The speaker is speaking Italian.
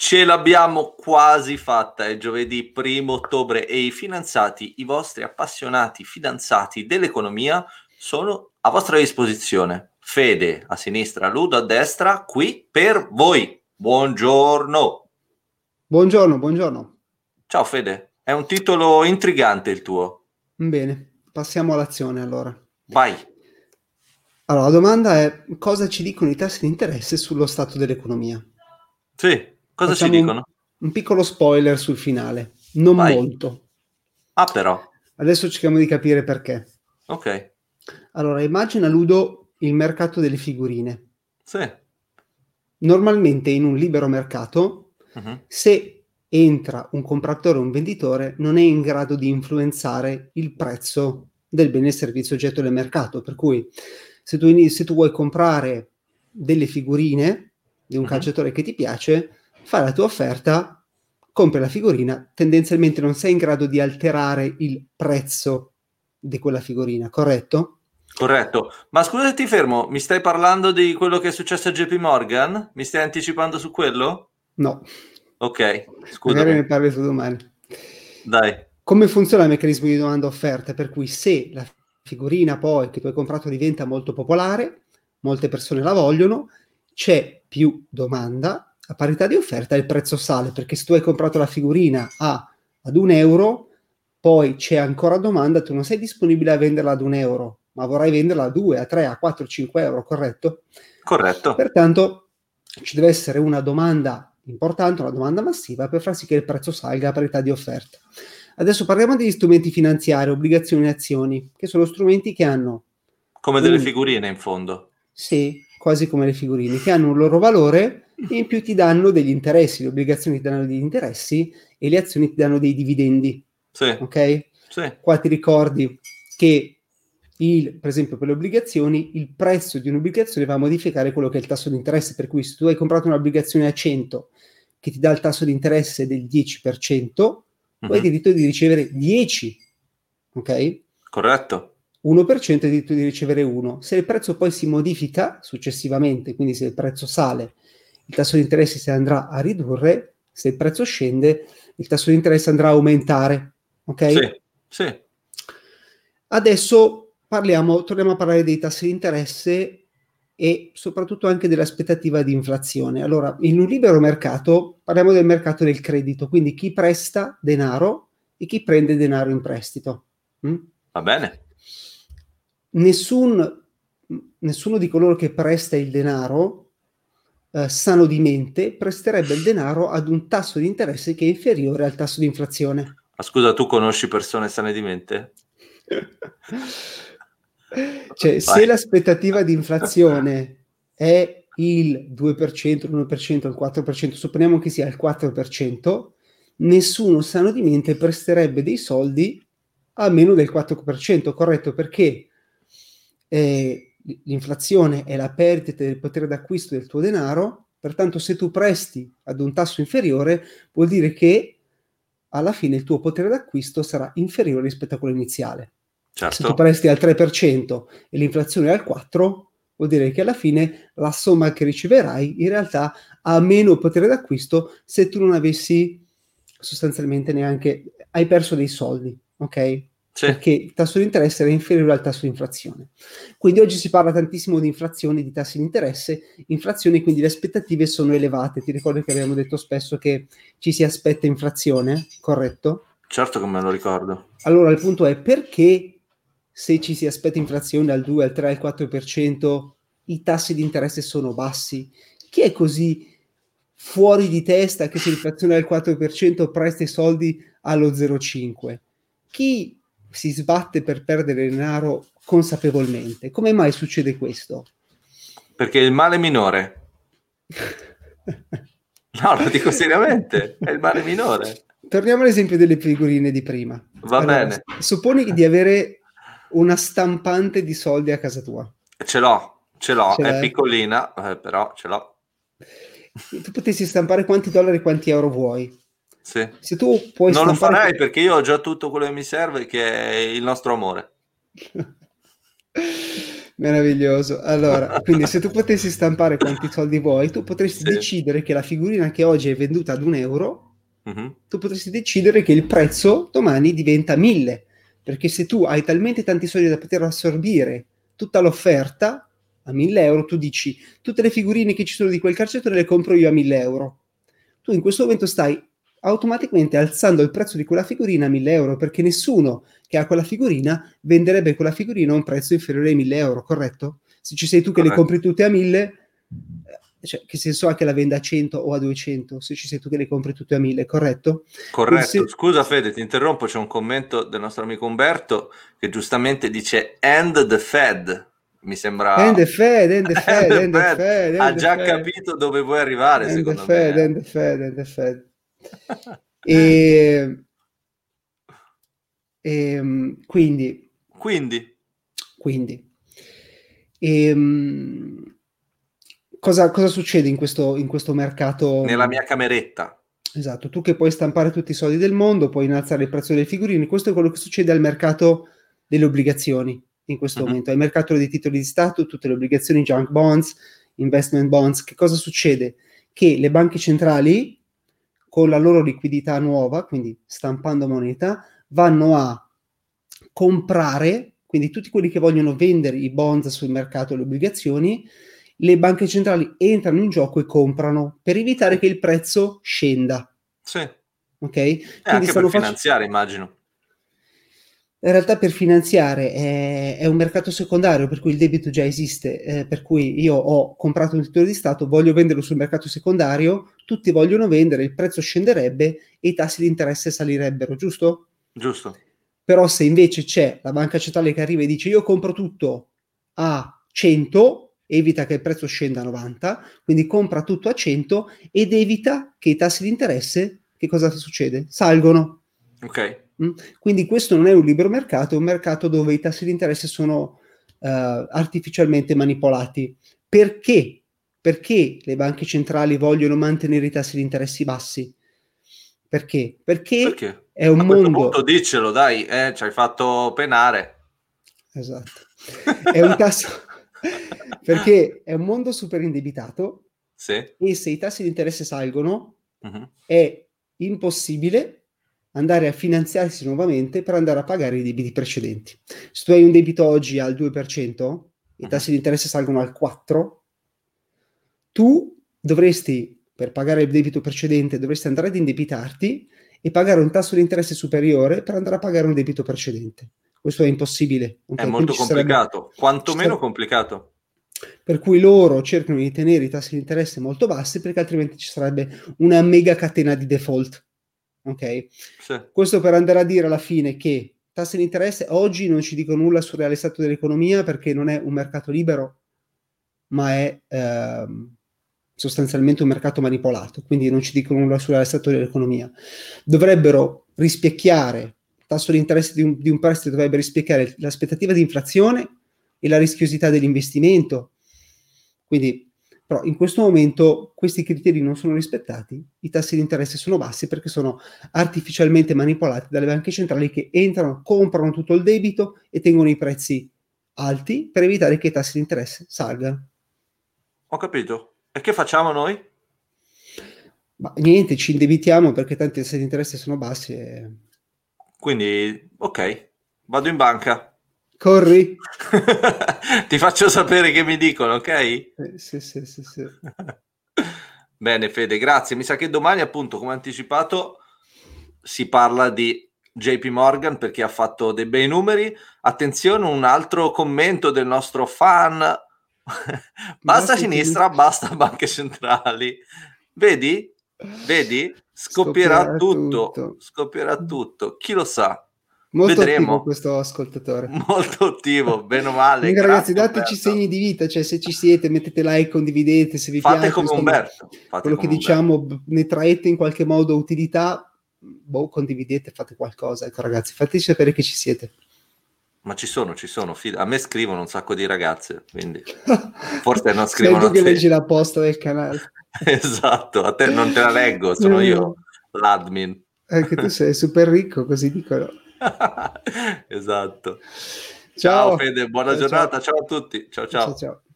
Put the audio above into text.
Ce l'abbiamo quasi fatta, è giovedì 1 ottobre e i fidanzati, i vostri appassionati fidanzati dell'economia sono a vostra disposizione. Fede a sinistra, Ludo a destra, qui per voi. Buongiorno. Buongiorno. Ciao Fede, è un titolo intrigante il tuo. Bene, passiamo all'azione allora. Vai. Allora, la domanda è: cosa ci dicono i tassi di interesse sullo stato dell'economia? Sì, cosa ci Facciamo dicono? un piccolo spoiler sul finale, non Vai. molto. Ah però, Adesso cerchiamo di capire perché. ok. Allora, immagina, Ludo, il mercato delle figurine. Sì. Normalmente in un libero mercato, se entra un compratore o un venditore, non è in grado di influenzare il prezzo del bene e servizio oggetto del mercato. Per cui se tu vuoi comprare delle figurine di un calciatore che ti piace, fai la tua offerta, compri la figurina, tendenzialmente non sei in grado di alterare il prezzo di quella figurina, corretto? Corretto, ma scusa se ti fermo, mi stai parlando di quello che è successo a JP Morgan? Mi stai anticipando su quello? No. Ok, Magari scusami. ne parli tu domani. Dai. Come funziona il meccanismo di domanda-offerta? Per cui se la figurina poi che tu hai comprato diventa molto popolare, molte persone la vogliono, c'è più domanda, a parità di offerta il prezzo sale, perché se tu hai comprato la figurina ad €1, poi c'è ancora domanda, tu non sei disponibile a venderla ad €1, ma vorrai venderla a 2, a 3, a 4, 5 euro, corretto? Corretto. Pertanto ci deve essere una domanda importante, una domanda massiva per far sì che il prezzo salga a parità di offerta. Adesso parliamo degli strumenti finanziari, obbligazioni e azioni, che sono strumenti che hanno Come delle figurine in fondo. sì, quasi come le figurine, che hanno un loro valore e in più ti danno degli interessi, le obbligazioni ti danno degli interessi e le azioni ti danno dei dividendi. Sì. Ok? Sì. Qua ti ricordi che per esempio per le obbligazioni, il prezzo di un'obbligazione va a modificare quello che è il tasso di interesse, per cui se tu hai comprato un'obbligazione a 100 che ti dà il tasso di interesse del 10%, tu hai diritto di ricevere 10, ok? Corretto. 1% è diritto di ricevere 1. Se il prezzo poi si modifica successivamente, quindi se il prezzo sale, il tasso di interesse si andrà a ridurre, se il prezzo scende, il tasso di interesse andrà a aumentare, ok? Sì, sì. Adesso torniamo a parlare dei tassi di interesse e soprattutto anche dell'aspettativa di inflazione. Allora, in un libero mercato parliamo del mercato del credito, quindi chi presta denaro e chi prende denaro in prestito. Va bene. Nessuno di coloro che presta il denaro sano di mente presterebbe il denaro ad un tasso di interesse che è inferiore al tasso di inflazione. Ma scusa, tu conosci persone sane di mente? Cioè, se l'aspettativa di inflazione è il 2%, l'1%, il 4%, supponiamo che sia il 4%, nessuno sano di mente presterebbe dei soldi a meno del 4%, corretto? Perché l'inflazione è la perdita del potere d'acquisto del tuo denaro, pertanto se tu presti ad un tasso inferiore vuol dire che alla fine il tuo potere d'acquisto sarà inferiore rispetto a quello iniziale. Certo. Se tu presti al 3% e l'inflazione è al 4%, vuol dire che alla fine la somma che riceverai in realtà ha meno potere d'acquisto se tu non avessi sostanzialmente hai perso dei soldi, ok? Sì. Perché il tasso di interesse era inferiore al tasso di inflazione. Quindi oggi si parla tantissimo di inflazione, di tassi di interesse, inflazione, quindi le aspettative sono elevate. Ti ricordi che abbiamo detto spesso che ci si aspetta inflazione, corretto? Certo che me lo ricordo. Allora il punto è: perché se ci si aspetta inflazione al 2, al 3, al 4%, i tassi di interesse sono bassi? Chi è così fuori di testa che se l'inflazione è al 4% presta i soldi allo 0,5? Chi si sbatte per perdere denaro consapevolmente? Come mai succede questo? Perché il male minore. No, lo dico seriamente, è il male minore. Torniamo all'esempio delle figurine di prima. Va bene. Supponi di avere una stampante di soldi a casa tua. Ce l'ho, Ce è l'hai? piccolina, però ce l'ho. Tu potessi stampare quanti dollari, quanti euro vuoi. Sì. Se tu puoi Non lo stampare farei perché io ho già tutto quello che mi serve, che è il nostro amore. Meraviglioso. Allora, quindi se tu potessi stampare quanti soldi vuoi, tu potresti Sì. decidere che la figurina che oggi è venduta ad €1, Mhm. tu potresti decidere che il prezzo domani diventa 1000, perché se tu hai talmente tanti soldi da poter assorbire tutta l'offerta a €1000, tu dici tutte le figurine che ci sono di quel calciatore le compro io a €1000. Tu in questo momento stai automaticamente alzando il prezzo di quella figurina a €1000, perché nessuno che ha quella figurina venderebbe quella figurina a un prezzo inferiore ai €1000, corretto? Se ci sei tu che le Corretto. compri tutte a 1000, cioè, che senso ha che la venda a 100 o a 200 se ci sei tu che le compri tutte a 1000, corretto? Quindi Corretto. Scusa Fede, ti interrompo, c'è un commento del nostro amico Umberto che giustamente dice "and the Fed". Mi sembra and the Fed, and the and Fed, the and the Fed Fed, ha and the già Fed, capito dove vuoi arrivare, and the secondo Fed, me. and the Fed, and the Fed. E, quindi, Quindi, quindi cosa succede in questo mercato? nella mia cameretta. Esatto, tu che puoi stampare tutti i soldi del mondo, puoi innalzare il prezzo delle figurine, questo è quello che succede al mercato delle obbligazioni in questo Mhm. momento, al mercato dei titoli di Stato, tutte le obbligazioni, junk bonds, investment bonds. Che cosa succede? Che le banche centrali, con la loro liquidità nuova, quindi stampando moneta, vanno a comprare, quindi tutti quelli che vogliono vendere i bonds sul mercato, le obbligazioni, le banche centrali entrano in gioco e comprano per evitare Sì, che il prezzo scenda. sì. Ok? E Quindi anche per stanno facendo. finanziare, immagino. In realtà per finanziare è un mercato secondario per cui il debito già esiste, per cui io ho comprato un titolo di Stato, voglio venderlo sul mercato secondario, tutti vogliono vendere, il prezzo scenderebbe e i tassi di interesse salirebbero, giusto? Giusto? Però se invece c'è la banca centrale che arriva e dice io compro tutto a 100, evita che il prezzo scenda a 90, quindi compra tutto a 100 ed evita che i tassi di interesse, che cosa succede? Salgono. Ok. Quindi questo non è un libero mercato, è un mercato dove i tassi di interesse sono artificialmente manipolati. Perché? Perché le banche centrali vogliono mantenere i tassi di interessi bassi? Perché? Perché Perché? è un A questo punto mondo. diccelo, dai, ci hai fatto penare. Esatto. È un tasso perché è un mondo super indebitato Sì. e se i tassi di interesse salgono Mhm. è impossibile andare a finanziarsi nuovamente per andare a pagare i debiti precedenti. Se tu hai un debito oggi al 2%, i Mhm. tassi di interesse salgono al 4%, tu dovresti, per pagare il debito precedente, dovresti andare ad indebitarti e pagare un tasso di interesse superiore per andare a pagare un debito precedente. Questo è impossibile, È ok? Quindi molto complicato, ci quantomeno sarebbe- complicato. per cui loro cercano di tenere i tassi di interesse molto bassi perché altrimenti ci sarebbe una mega catena di default, ok? Sì. Questo per andare a dire alla fine che tassi di interesse oggi non ci dicono nulla sul reale stato dell'economia perché non è un mercato libero, ma è sostanzialmente un mercato manipolato, quindi non ci dicono nulla sul reale stato dell'economia. Dovrebbero rispecchiare, il tasso di interesse di un prestito dovrebbe rispecchiare l'aspettativa di inflazione e la rischiosità dell'investimento. Quindi, però in questo momento questi criteri non sono rispettati, i tassi di interesse sono bassi perché sono artificialmente manipolati dalle banche centrali che entrano, comprano tutto il debito e tengono i prezzi alti per evitare che i tassi di interesse salgano. Ho capito. E che facciamo noi? Ma niente, ci indebitiamo perché tanti tassi di interesse sono bassi e. Quindi, ok, vado in banca. Corri? Ti faccio sapere che mi dicono, ok? Sì, sì, sì, sì. Bene, Fede, grazie. Mi sa che domani, appunto, come anticipato, si parla di JP Morgan perché ha fatto dei bei numeri. Attenzione, un altro commento del nostro fan. Basta Basta i sinistra, basta banche centrali. Vedi? Vedi? Scoppierà Scoppierà tutto, tutto. scoppierà tutto. Chi lo sa? Molto attivo Vedremo. questo ascoltatore. Molto attivo, bene o male. Comunque ragazzi, Grazie dateci Umberto. segni di vita, cioè se ci siete, mettete like, condividete, se vi Fate piace, come insomma, Umberto. Fate quello che come Umberto. diciamo ne traete in qualche modo utilità, condividete, fate qualcosa, ecco ragazzi, fateci sapere che ci siete. Ma ci sono. A me scrivono un sacco di ragazze, quindi forse non Sei scrivono tu a che leggi te. la posta del canale. Esatto, a te non te la leggo, sono io l'admin. Anche tu sei super ricco, così dicono. Esatto. Ciao Fede, buona giornata, ciao a tutti. Ciao. Ciao.